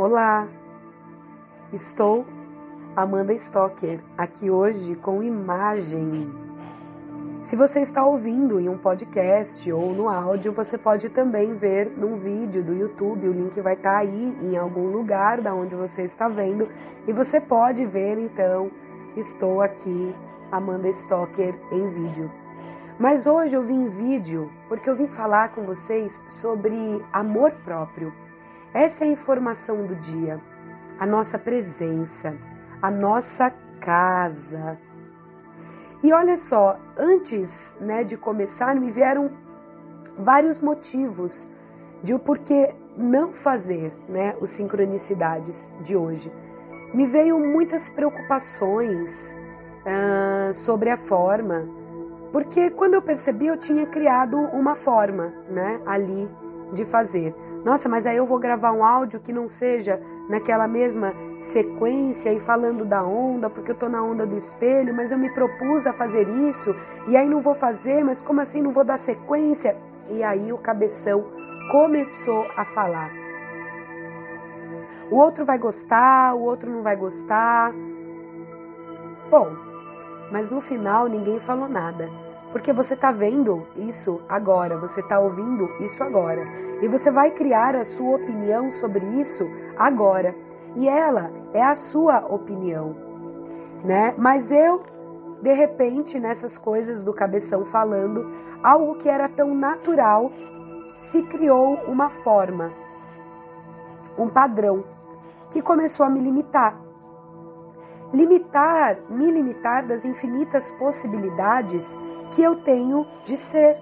Olá, estou Amanda Stocker, aqui hoje com imagem. Se você está ouvindo em um podcast ou no áudio, você pode também ver num vídeo do YouTube, o link vai estar aí em algum lugar da onde você está vendo, e você pode ver então, estou aqui, Amanda Stocker, em vídeo. Mas hoje eu vim em vídeo porque eu vim falar com vocês sobre amor próprio. Essa é a informação do dia, a nossa presença, a nossa casa. E olha só, antes de começar, me vieram vários motivos de o porquê não fazer os sincronicidades de hoje. Me veio muitas preocupações sobre a forma, porque quando eu percebi, eu tinha criado uma forma ali de fazer. Nossa, mas aí eu vou gravar um áudio que não seja naquela mesma sequência e falando da onda, porque eu tô na onda do espelho, mas eu me propus a fazer isso, e aí não vou fazer, mas como assim não vou dar sequência? E aí o cabeção começou a falar. O outro vai gostar, o outro não vai gostar. Bom, mas no final ninguém falou nada. Porque você está vendo isso agora, você está ouvindo isso agora. E você vai criar a sua opinião sobre isso agora. E ela é a sua opinião, Mas eu, de repente, nessas coisas do cabeção falando, algo que era tão natural, se criou uma forma, um padrão, que começou a me limitar. Me limitar das infinitas possibilidades que eu tenho de ser,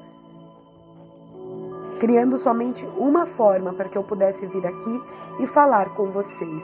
criando somente uma forma para que eu pudesse vir aqui e falar com vocês.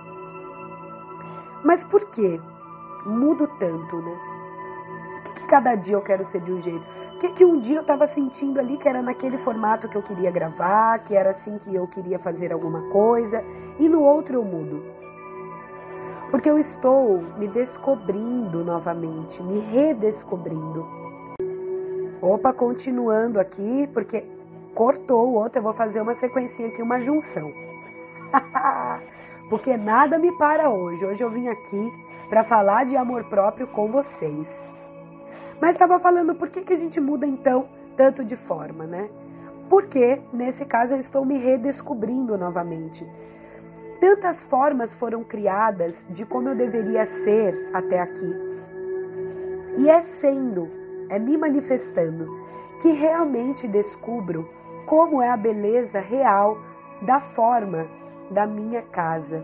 Mas por que mudo tanto, Por que cada dia eu quero ser de um jeito? Por que um dia eu estava sentindo ali que era naquele formato que eu queria gravar, que era assim que eu queria fazer alguma coisa, e no outro eu mudo? Porque eu estou me descobrindo novamente, me redescobrindo. Opa, continuando aqui, porque cortou o outro, eu vou fazer uma sequencinha aqui, uma junção. Porque nada me para hoje. Hoje eu vim aqui para falar de amor próprio com vocês. Mas estava falando por que a gente muda então tanto de forma, Porque, nesse caso, eu estou me redescobrindo novamente. Tantas formas foram criadas de como eu deveria ser até aqui. E é me manifestando, que realmente descubro como é a beleza real da forma da minha casa.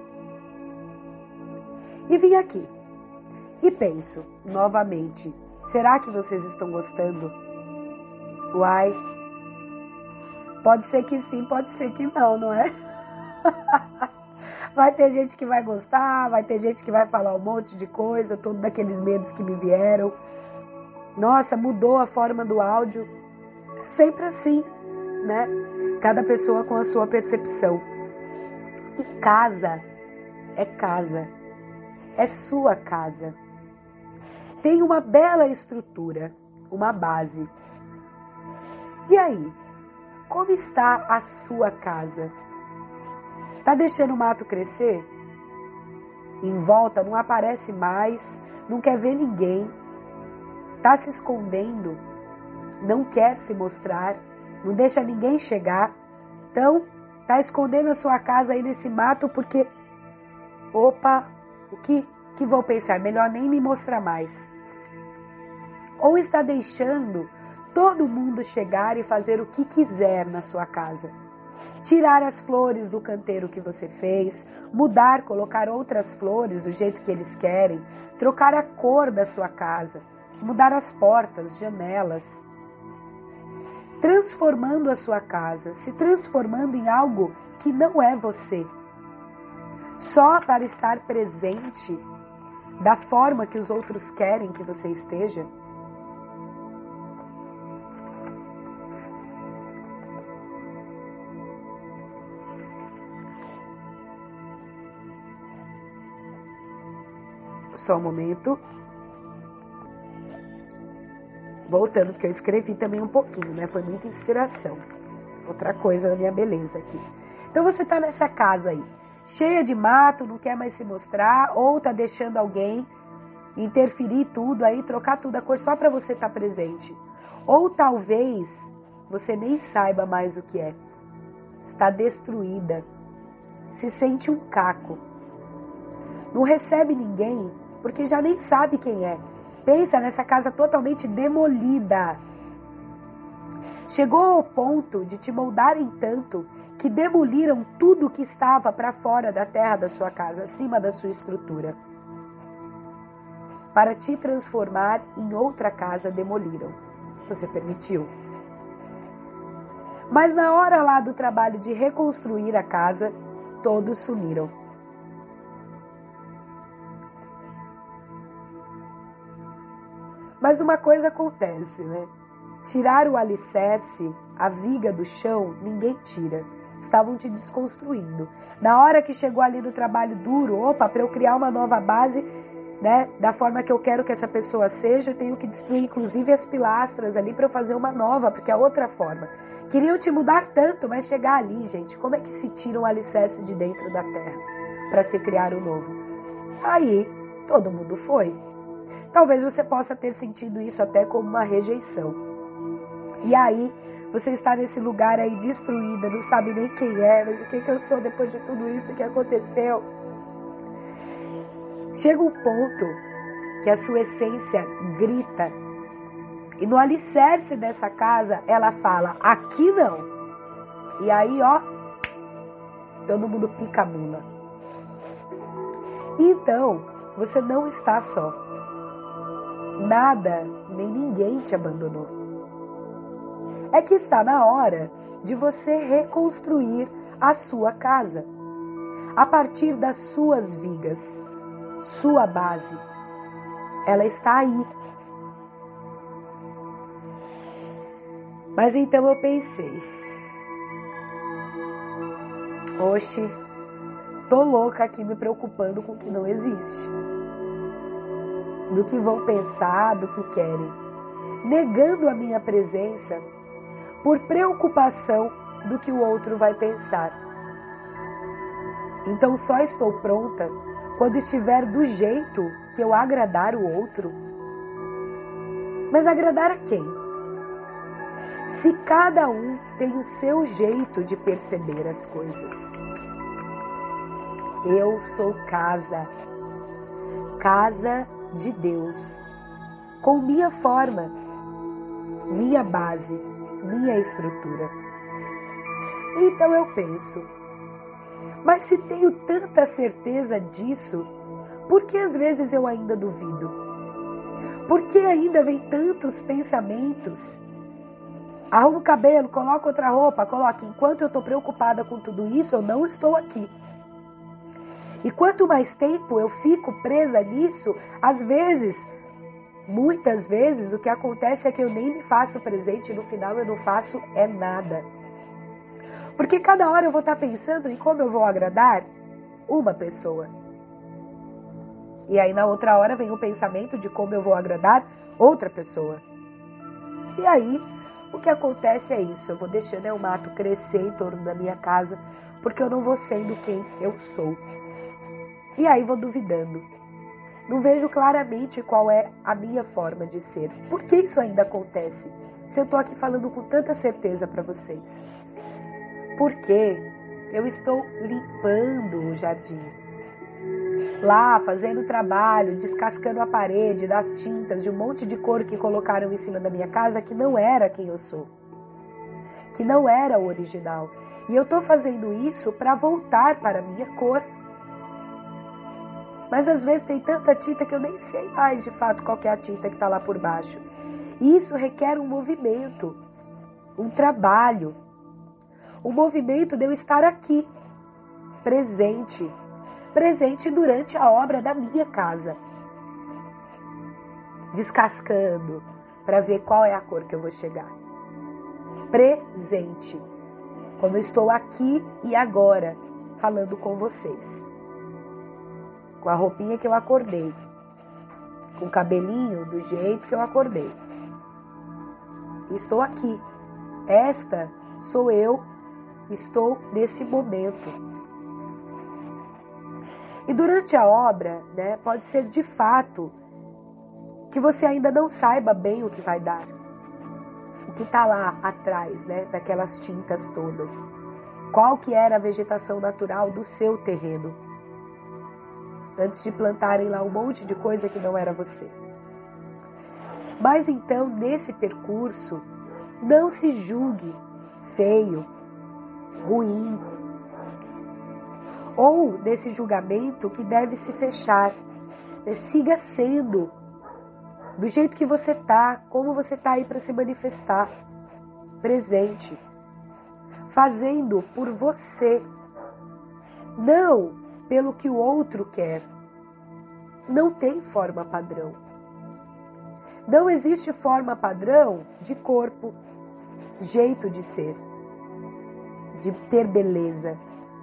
E vim aqui e penso novamente, será que vocês estão gostando? Uai, pode ser que sim, pode ser que não, não é? Vai ter gente que vai gostar, vai ter gente que vai falar um monte de coisa, todos daqueles medos que me vieram. Nossa, mudou a forma do áudio. Sempre assim, Cada pessoa com a sua percepção. E casa é casa. É sua casa. Tem uma bela estrutura, uma base. E aí? Como está a sua casa? Tá deixando o mato crescer? Em volta não aparece mais, não quer ver ninguém. Está se escondendo, não quer se mostrar, não deixa ninguém chegar. Então, está escondendo a sua casa aí nesse mato porque, opa, o que vou pensar? Melhor nem me mostrar mais. Ou está deixando todo mundo chegar e fazer o que quiser na sua casa. Tirar as flores do canteiro que você fez, mudar, colocar outras flores do jeito que eles querem, trocar a cor da sua casa. Mudar as portas, janelas, transformando a sua casa, se transformando em algo que não é você, só para estar presente da forma que os outros querem que você esteja. Só um momento. Voltando, porque eu escrevi também um pouquinho, Foi muita inspiração. Outra coisa da minha beleza aqui. Então você está nessa casa aí. cheia de mato, não quer mais se mostrar, ou tá deixando alguém interferir tudo aí, trocar tudo a cor só para você estar presente. Ou talvez você nem saiba mais o que é. Está destruída. Se sente um caco. Não recebe ninguém porque já nem sabe quem é. Pensa nessa casa totalmente demolida. Chegou ao ponto de te moldarem tanto que demoliram tudo que estava para fora da terra da sua casa, acima da sua estrutura. Para te transformar em outra casa, demoliram. Você permitiu. Mas na hora lá do trabalho de reconstruir a casa, todos sumiram. Mas uma coisa acontece, né? Tirar o alicerce, a viga do chão, ninguém tira. Estavam te desconstruindo. Na hora que chegou ali no trabalho duro, opa, para eu criar uma nova base, né, da forma que eu quero que essa pessoa seja, eu tenho que destruir inclusive as pilastras ali para eu fazer uma nova, porque é outra forma. Queriam te mudar tanto, mas chegar ali, gente, como é que se tira um alicerce de dentro da terra para se criar o novo? Aí, todo mundo foi. Talvez você possa ter sentido isso até como uma rejeição. E aí, você está nesse lugar aí destruída, não sabe nem quem é, mas o que eu sou depois de tudo isso que aconteceu? Chega um ponto que a sua essência grita. E no alicerce dessa casa, ela fala, aqui não. E aí, ó, todo mundo pica a mula. Então, você não está só. Nada, nem ninguém te abandonou. É que está na hora de você reconstruir a sua casa. A partir das suas vigas. Sua base. Ela está aí. Mas então eu pensei, oxe, tô louca aqui me preocupando com o que não existe. Do que vão pensar, do que querem. Negando a minha presença por preocupação do que o outro vai pensar. Então só estou pronta quando estiver do jeito que eu agradar o outro. Mas agradar a quem? Se cada um tem o seu jeito de perceber as coisas. Eu sou casa. Casa de Deus. Com minha forma, minha base, minha estrutura. Então eu penso, mas se tenho tanta certeza disso, por que às vezes eu ainda duvido? Por que ainda vem tantos pensamentos? Arrumo o cabelo, coloco outra roupa, coloque. Enquanto eu estou preocupada com tudo isso, eu não estou aqui. E quanto mais tempo eu fico presa nisso, às vezes, muitas vezes, o que acontece é que eu nem me faço presente e no final eu não faço é nada. Porque cada hora eu vou estar pensando em como eu vou agradar uma pessoa. E aí na outra hora vem o pensamento de como eu vou agradar outra pessoa. E aí o que acontece é isso, eu vou deixando o mato crescer em torno da minha casa, porque eu não vou sendo quem eu sou. E aí vou duvidando. Não vejo claramente qual é a minha forma de ser. Por que isso ainda acontece? Se eu estou aqui falando com tanta certeza para vocês. Porque eu estou limpando o jardim. Lá, fazendo trabalho, descascando a parede das tintas de um monte de cor que colocaram em cima da minha casa que não era quem eu sou. Que não era o original. E eu estou fazendo isso para voltar para a minha cor. Mas às vezes tem tanta tinta que eu nem sei mais de fato qual que é a tinta que está lá por baixo. E isso requer um movimento, um trabalho. O movimento de eu estar aqui, presente durante a obra da minha casa. Descascando, para ver qual é a cor que eu vou chegar. Presente, como eu estou aqui e agora, falando com vocês. Com a roupinha que eu acordei. Com o cabelinho do jeito que eu acordei. Estou aqui. Esta sou eu. Estou nesse momento. E durante a obra, né, pode ser de fato que você ainda não saiba bem o que vai dar. O que está lá atrás, né, daquelas tintas todas. Qual que era a vegetação natural do seu terreno. Antes de plantarem lá um monte de coisa que não era você. Mas então, nesse percurso, não se julgue feio, ruim, ou nesse julgamento que deve se fechar. Siga sendo do jeito que você está, como você está aí para se manifestar, presente, fazendo por você, não pelo que o outro quer. Não tem forma padrão. Não existe forma padrão de corpo, jeito de ser, de ter beleza.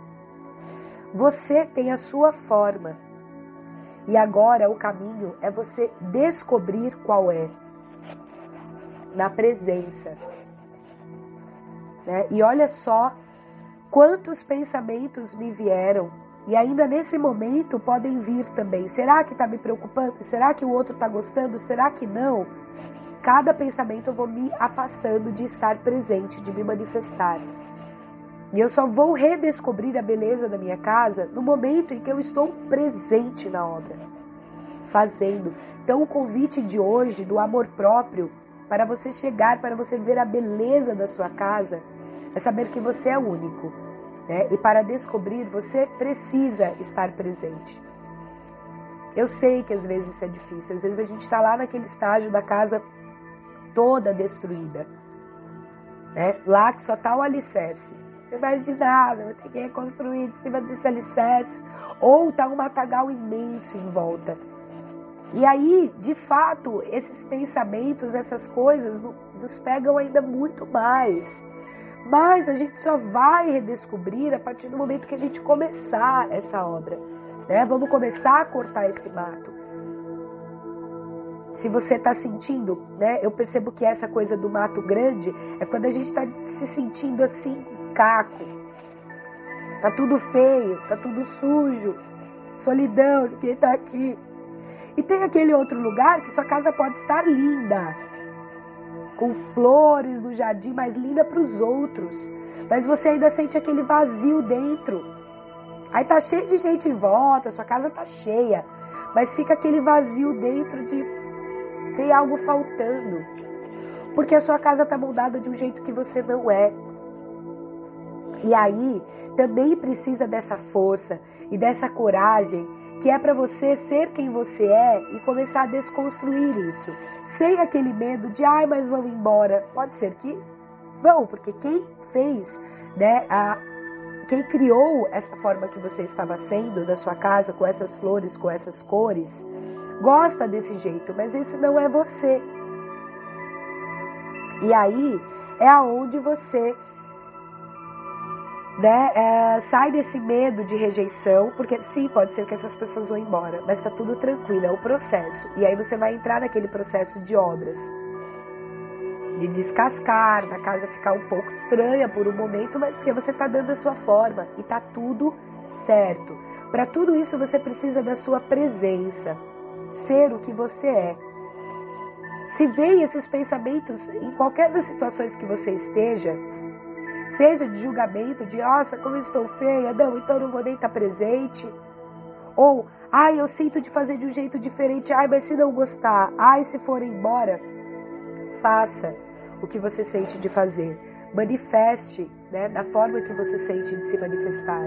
Você tem a sua forma. E agora o caminho é você descobrir qual é. Na presença. Né? E olha só quantos pensamentos me vieram. E ainda nesse momento podem vir também. Será que está me preocupando? Será que o outro está gostando? Será que não? Cada pensamento eu vou me afastando de estar presente, de me manifestar. E eu só vou redescobrir a beleza da minha casa no momento em que eu estou presente na obra, fazendo. Então o convite de hoje, do amor próprio, para você chegar, para você ver a beleza da sua casa, é saber que você é único. Né? E para descobrir, você precisa estar presente. Eu sei que às vezes isso é difícil, às vezes a gente está lá naquele estágio da casa toda destruída. Né? Lá que só está o alicerce. Você vai de nada, vai ter que reconstruir de cima desse alicerce. Ou está um matagal imenso em volta. E aí, de fato, esses pensamentos, essas coisas nos pegam ainda muito mais. Mas a gente só vai redescobrir a partir do momento que a gente começar essa obra. Né? Vamos começar a cortar esse mato. Se você está sentindo, né? Eu percebo que essa coisa do mato grande é quando a gente está se sentindo assim, caco. Tá tudo feio, tá tudo sujo, solidão, ninguém tá aqui. E tem aquele outro lugar que sua casa pode estar linda, com flores no jardim, mas linda para os outros. Mas você ainda sente aquele vazio dentro. Aí tá cheio de gente em volta, sua casa tá cheia, mas fica aquele vazio dentro de tem algo faltando. Porque a sua casa tá moldada de um jeito que você não é. E aí também precisa dessa força e dessa coragem que é para você ser quem você é e começar a desconstruir isso. Sem aquele medo de, ai, mas vão embora. Pode ser que vão, porque quem fez, né, quem criou essa forma que você estava sendo da sua casa, com essas flores, com essas cores, gosta desse jeito, mas esse não é você. E aí é aonde você, né, sai desse medo de rejeição, porque sim, pode ser que essas pessoas vão embora, mas está tudo tranquilo, é o processo. E aí você vai entrar naquele processo de obras, de descascar, da casa ficar um pouco estranha por um momento, mas porque você está dando a sua forma e está tudo certo. Para tudo isso você precisa da sua presença, ser o que você é. Se vem esses pensamentos em qualquer das situações que você esteja, seja de julgamento, de nossa, como eu estou feia, não, então não vou nem estar presente. Ou, ai, eu sinto de fazer de um jeito diferente, ai, mas se não gostar, ai, se for embora, faça o que você sente de fazer. Manifeste, né, da forma que você sente de se manifestar.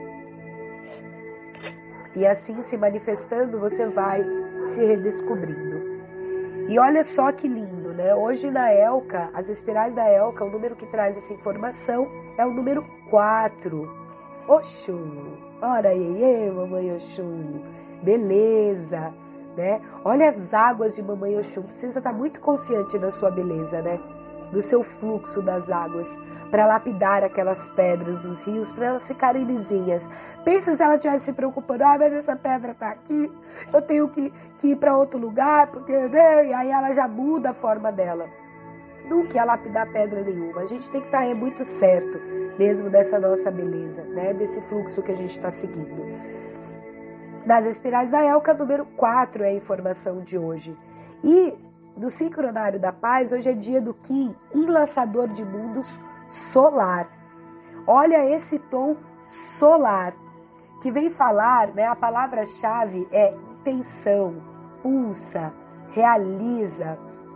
E assim, se manifestando, você vai se redescobrindo. E olha só que lindo, né? Hoje na Elka, as espirais da Elka, o número que traz essa informação é o número 4. Oxum, ora iê, mamãe Oxum, beleza, né? Olha as águas de mamãe Oxum, precisa estar muito confiante na sua beleza, né? Do seu fluxo das águas, para lapidar aquelas pedras dos rios, para elas ficarem lisinhas. Pensa se ela estivesse se preocupando, ah, mas essa pedra está aqui, eu tenho que ir para outro lugar, porque e aí ela já muda a forma dela. Nunca ia lapidar pedra nenhuma. A gente tem que estar muito certo mesmo dessa nossa beleza, né? Desse fluxo que a gente está seguindo. Das espirais da Elka, número 4 é a informação de hoje. E no sincronário da paz, hoje é dia do Kim, enlaçador de mundos solar. Olha esse tom solar, que vem falar, né, a palavra-chave é intenção, pulsa, realiza.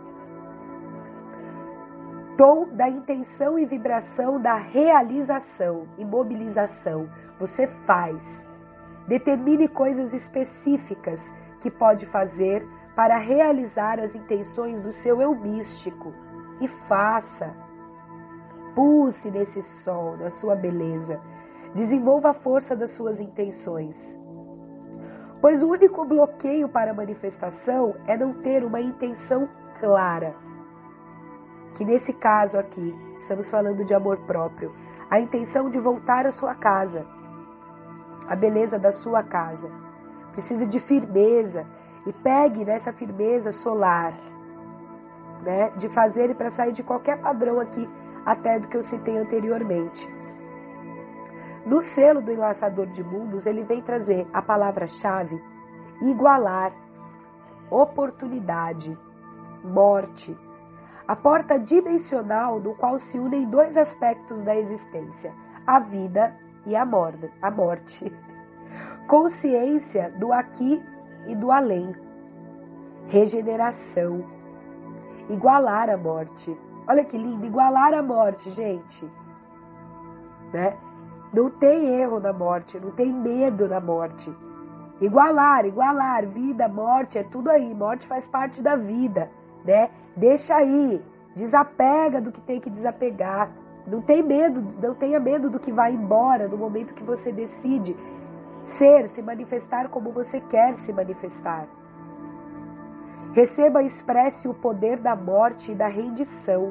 Tom da intenção e vibração da realização e mobilização. Você faz. Determine coisas específicas que pode fazer para realizar as intenções do seu eu místico. E faça. Pulse nesse sol, na sua beleza. Desenvolva a força das suas intenções. Pois o único bloqueio para a manifestação é não ter uma intenção clara. Que nesse caso aqui, estamos falando de amor próprio. A intenção de voltar à sua casa. A beleza da sua casa. Precisa de firmeza. E pegue nessa firmeza solar. Né, de fazer e para sair de qualquer padrão aqui, até do que eu citei anteriormente. No selo do enlaçador de mundos, ele vem trazer a palavra-chave igualar, oportunidade, morte, a porta dimensional no qual se unem dois aspectos da existência, a vida e a morte. Consciência do aqui e do além, regeneração, igualar a morte. Olha que lindo, igualar a morte, gente. Né? Não tem erro na morte, não tem medo na morte. Igualar, vida, morte, é tudo aí. Morte faz parte da vida, né? Deixa aí, desapega do que tem que desapegar. Não tem medo, não tenha medo do que vai embora no momento que você decide ser, se manifestar como você quer se manifestar. Receba e expresse o poder da morte e da rendição,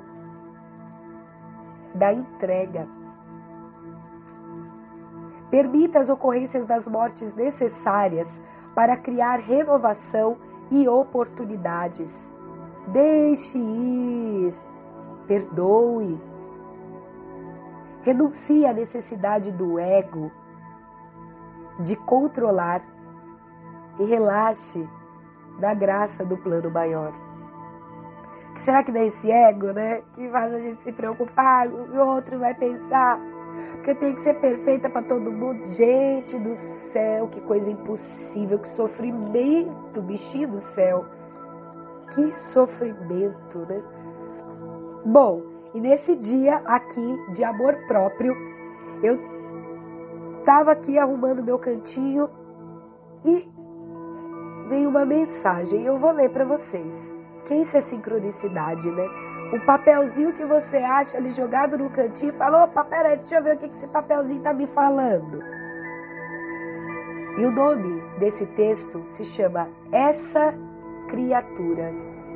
da entrega. Permita as ocorrências das mortes necessárias para criar renovação e oportunidades. Deixe ir, perdoe. Renuncie à necessidade do ego de controlar e relaxe na graça do plano maior. Que será que não é esse ego, né? Que faz a gente se preocupar, o outro vai pensar, porque eu tenho que ser perfeita para todo mundo. Gente do céu, que coisa impossível, que sofrimento, bichinho do céu. Que sofrimento, né? Bom, e nesse dia aqui de amor próprio, eu estava aqui arrumando meu cantinho e veio uma mensagem. Eu vou ler para vocês. Que isso é sincronicidade, né? Um papelzinho que você acha ali jogado no cantinho e fala: opa, peraí, deixa eu ver o que esse papelzinho tá me falando. E o nome desse texto se chama Essa Criatura,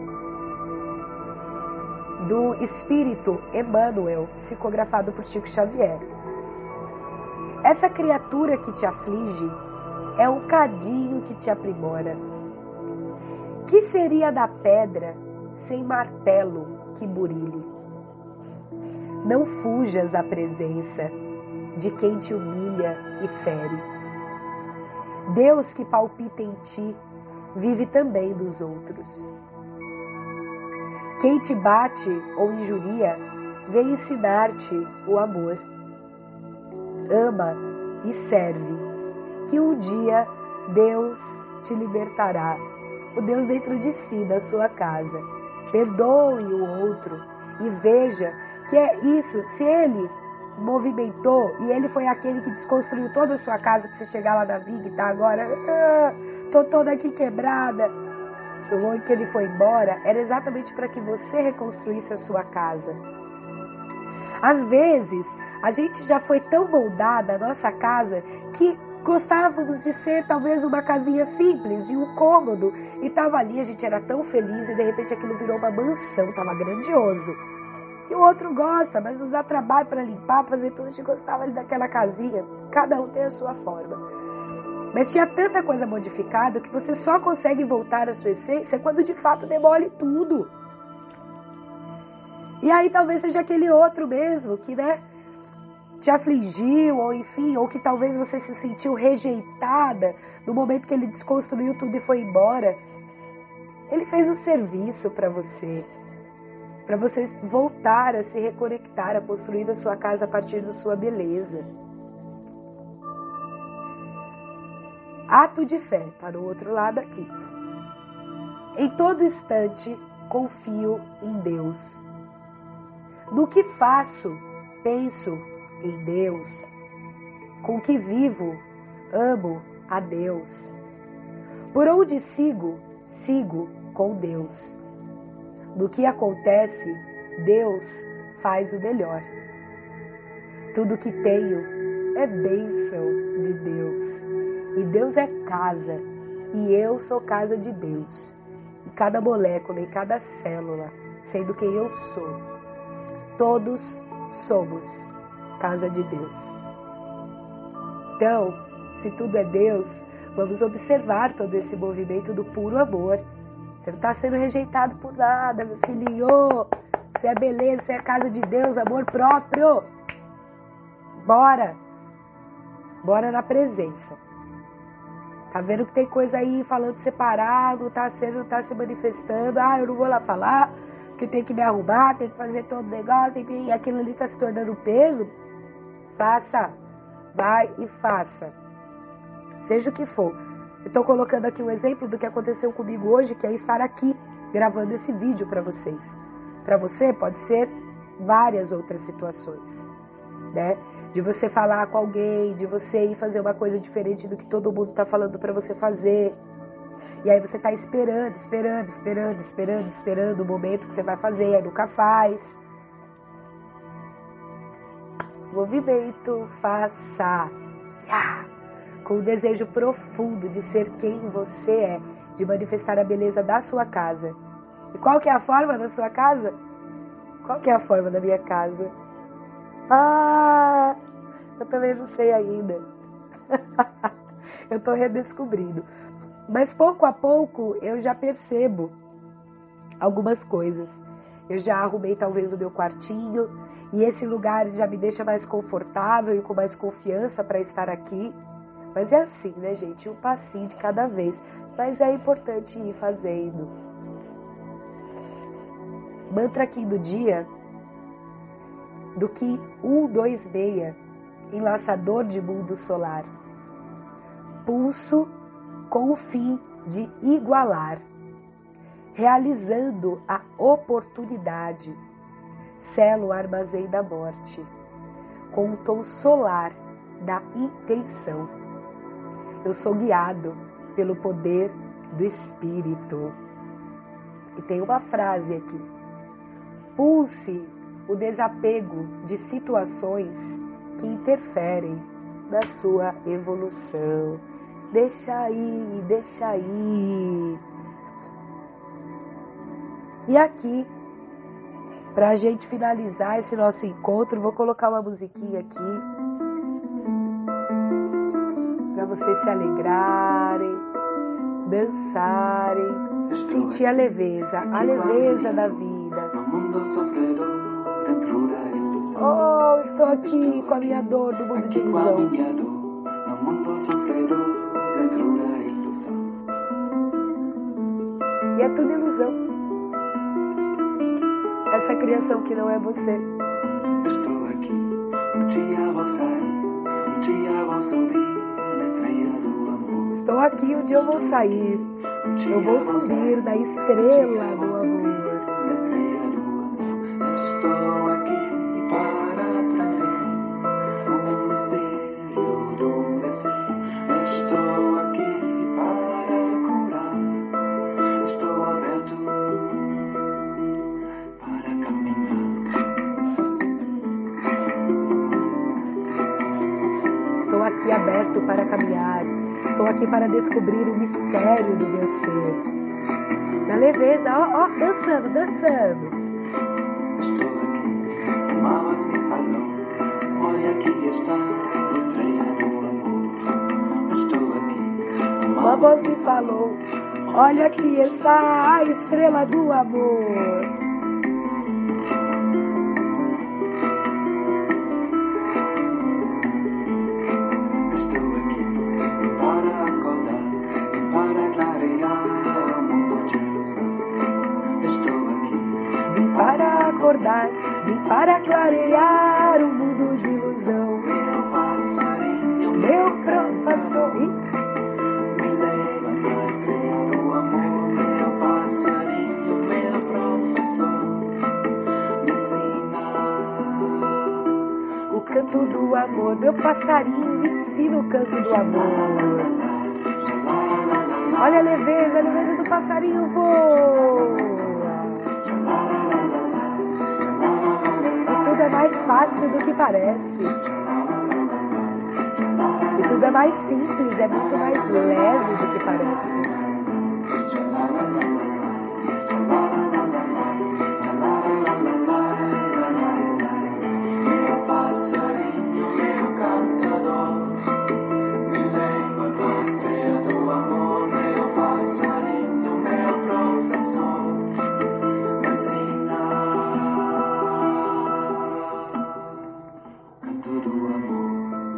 do Espírito Emmanuel, psicografado por Chico Xavier. Essa criatura que te aflige é um cadinho que te aprimora. Que seria da pedra sem martelo que burile? Não fujas à presença de quem te humilha e fere. Deus que palpita em ti vive também nos outros. Quem te bate ou injuria vem ensinar-te o amor. Ama e serve, que um dia Deus te libertará. O Deus dentro de si, da sua casa. Perdoe o outro e veja que é isso. Se ele movimentou e ele foi aquele que desconstruiu toda a sua casa para você chegar lá na viga e tá agora, tô toda aqui quebrada. O momento que ele foi embora era exatamente para que você reconstruísse a sua casa. Às vezes, a gente já foi tão moldada a nossa casa que gostávamos de ser talvez uma casinha simples, de um cômodo, e tava ali, a gente era tão feliz e de repente aquilo virou uma mansão, tava grandioso. E o outro gosta, mas nos dá trabalho para limpar, para fazer tudo, a gente gostava ali daquela casinha, cada um tem a sua forma. Mas tinha tanta coisa modificada que você só consegue voltar à sua essência quando de fato demole tudo. E aí talvez seja aquele outro mesmo que, né, te afligiu, ou enfim, ou que talvez você se sentiu rejeitada no momento que ele desconstruiu tudo e foi embora. Ele fez um serviço para você voltar a se reconectar, a construir a sua casa a partir da sua beleza. Ato de fé, tá no outro lado aqui. Em todo instante, confio em Deus. No que faço, penso em Deus. Com que vivo, amo a Deus. Por onde sigo, sigo com Deus. No que acontece, Deus faz o melhor. Tudo que tenho é bênção de Deus. E Deus é casa, e eu sou casa de Deus. E cada molécula e cada célula, sendo quem eu sou, todos somos casa de Deus. Então, se tudo é Deus, vamos observar todo esse movimento do puro amor. Você não está sendo rejeitado por nada, meu filhinho. Você é beleza, você é casa de Deus, amor próprio. Bora! Bora na presença. Tá vendo que tem coisa aí falando separado, tá se manifestando. Ah, eu não vou lá falar, que eu tenho que me arrumar, tenho que fazer todo o negócio, e aquilo ali tá se tornando peso. Faça, vai e faça. Seja o que for. Eu tô colocando aqui um exemplo do que aconteceu comigo hoje, que é estar aqui gravando esse vídeo para vocês. Para você pode ser várias outras situações, né? De você falar com alguém, de você ir fazer uma coisa diferente do que todo mundo está falando para você fazer. E aí você está esperando o momento que você vai fazer, aí nunca faz. Movimento, faça. Com o desejo profundo de ser quem você é, de manifestar a beleza da sua casa. E qual que é a forma da sua casa? Qual que é a forma da minha casa? Eu também não sei ainda. Eu tô redescobrindo. Mas pouco a pouco eu já percebo algumas coisas. Eu já arrumei talvez o meu quartinho e esse lugar já me deixa mais confortável e com mais confiança para estar aqui. Mas é assim, né, gente? Um passinho de cada vez. Mas é importante ir fazendo. Mantra aqui do dia. Do que 126, enlaçador de mundo solar. Pulso com o fim de igualar, realizando a oportunidade, selo o armazém da morte, com o tom solar da intenção. Eu sou guiado pelo poder do Espírito. E tem uma frase aqui. Pulse o desapego de situações que interferem na sua evolução. Deixa aí, deixa aí. E aqui, pra gente finalizar esse nosso encontro, vou colocar uma musiquinha aqui, pra vocês se alegrarem, dançarem, sentir a leveza da vida. Oh, estou aqui com a minha dor do mundo de ilusão. E é tudo ilusão. Essa criação que não é você. Estou aqui, um dia vou sair, um dia vou subir na estrela do amor. Estou aqui, um dia eu vou sair, eu vou subir na estrela do amor. Estou aqui para aprender o mistério do descer. Estou aqui para curar. Estou aberto para caminhar. Estou aqui aberto para caminhar. Estou aqui para descobrir o mistério do meu ser. Na leveza, ó, dançando, dançando. Estou aqui, uma voz me falou, olha aqui está a estrela do amor. Estou aqui, uma voz me falou, olha aqui está a estrela do amor. para clarear um mundo de ilusão. Meu passarinho, Meu professor, me leva pra estrela do amor. Meu passarinho, meu professor, me ensina o canto do amor. Meu passarinho, me ensina o canto do amor. Olha a leveza do passarinho voa. E tudo é mais fácil do que parece. E tudo é mais simples, é muito mais leve do que parece. meu passarinho, meu cantador, me leva pra estrela do amor. Meu passarinho, meu professor, me ensina o canto do amor.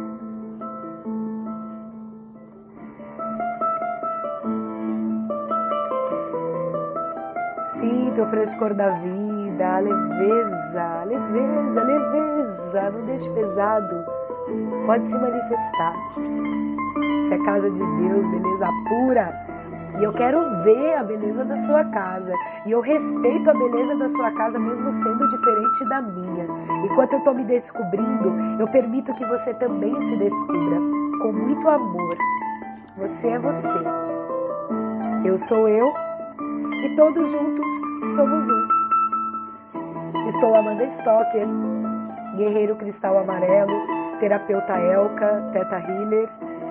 Sinta o frescor da vida, a leveza, leveza, leveza. Não deixe pesado. Pode se manifestar. Se é casa de Deus, beleza pura. E eu quero ver a beleza da sua casa. E eu respeito a beleza da sua casa, mesmo sendo diferente da minha. Enquanto eu estou me descobrindo, eu permito que você também se descubra. Com muito amor. Você é você. Eu sou eu. E todos juntos somos um. Estou Amanda Stocker, guerreiro cristal amarelo, terapeuta Elka, Theta Healer.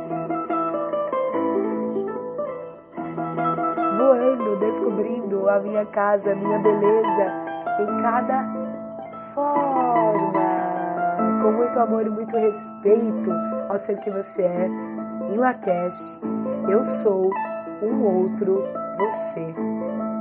Voando, descobrindo a minha casa, a minha beleza em cada forma. Com muito amor e muito respeito ao ser que você é. Em Lakesh, eu sou um outro você.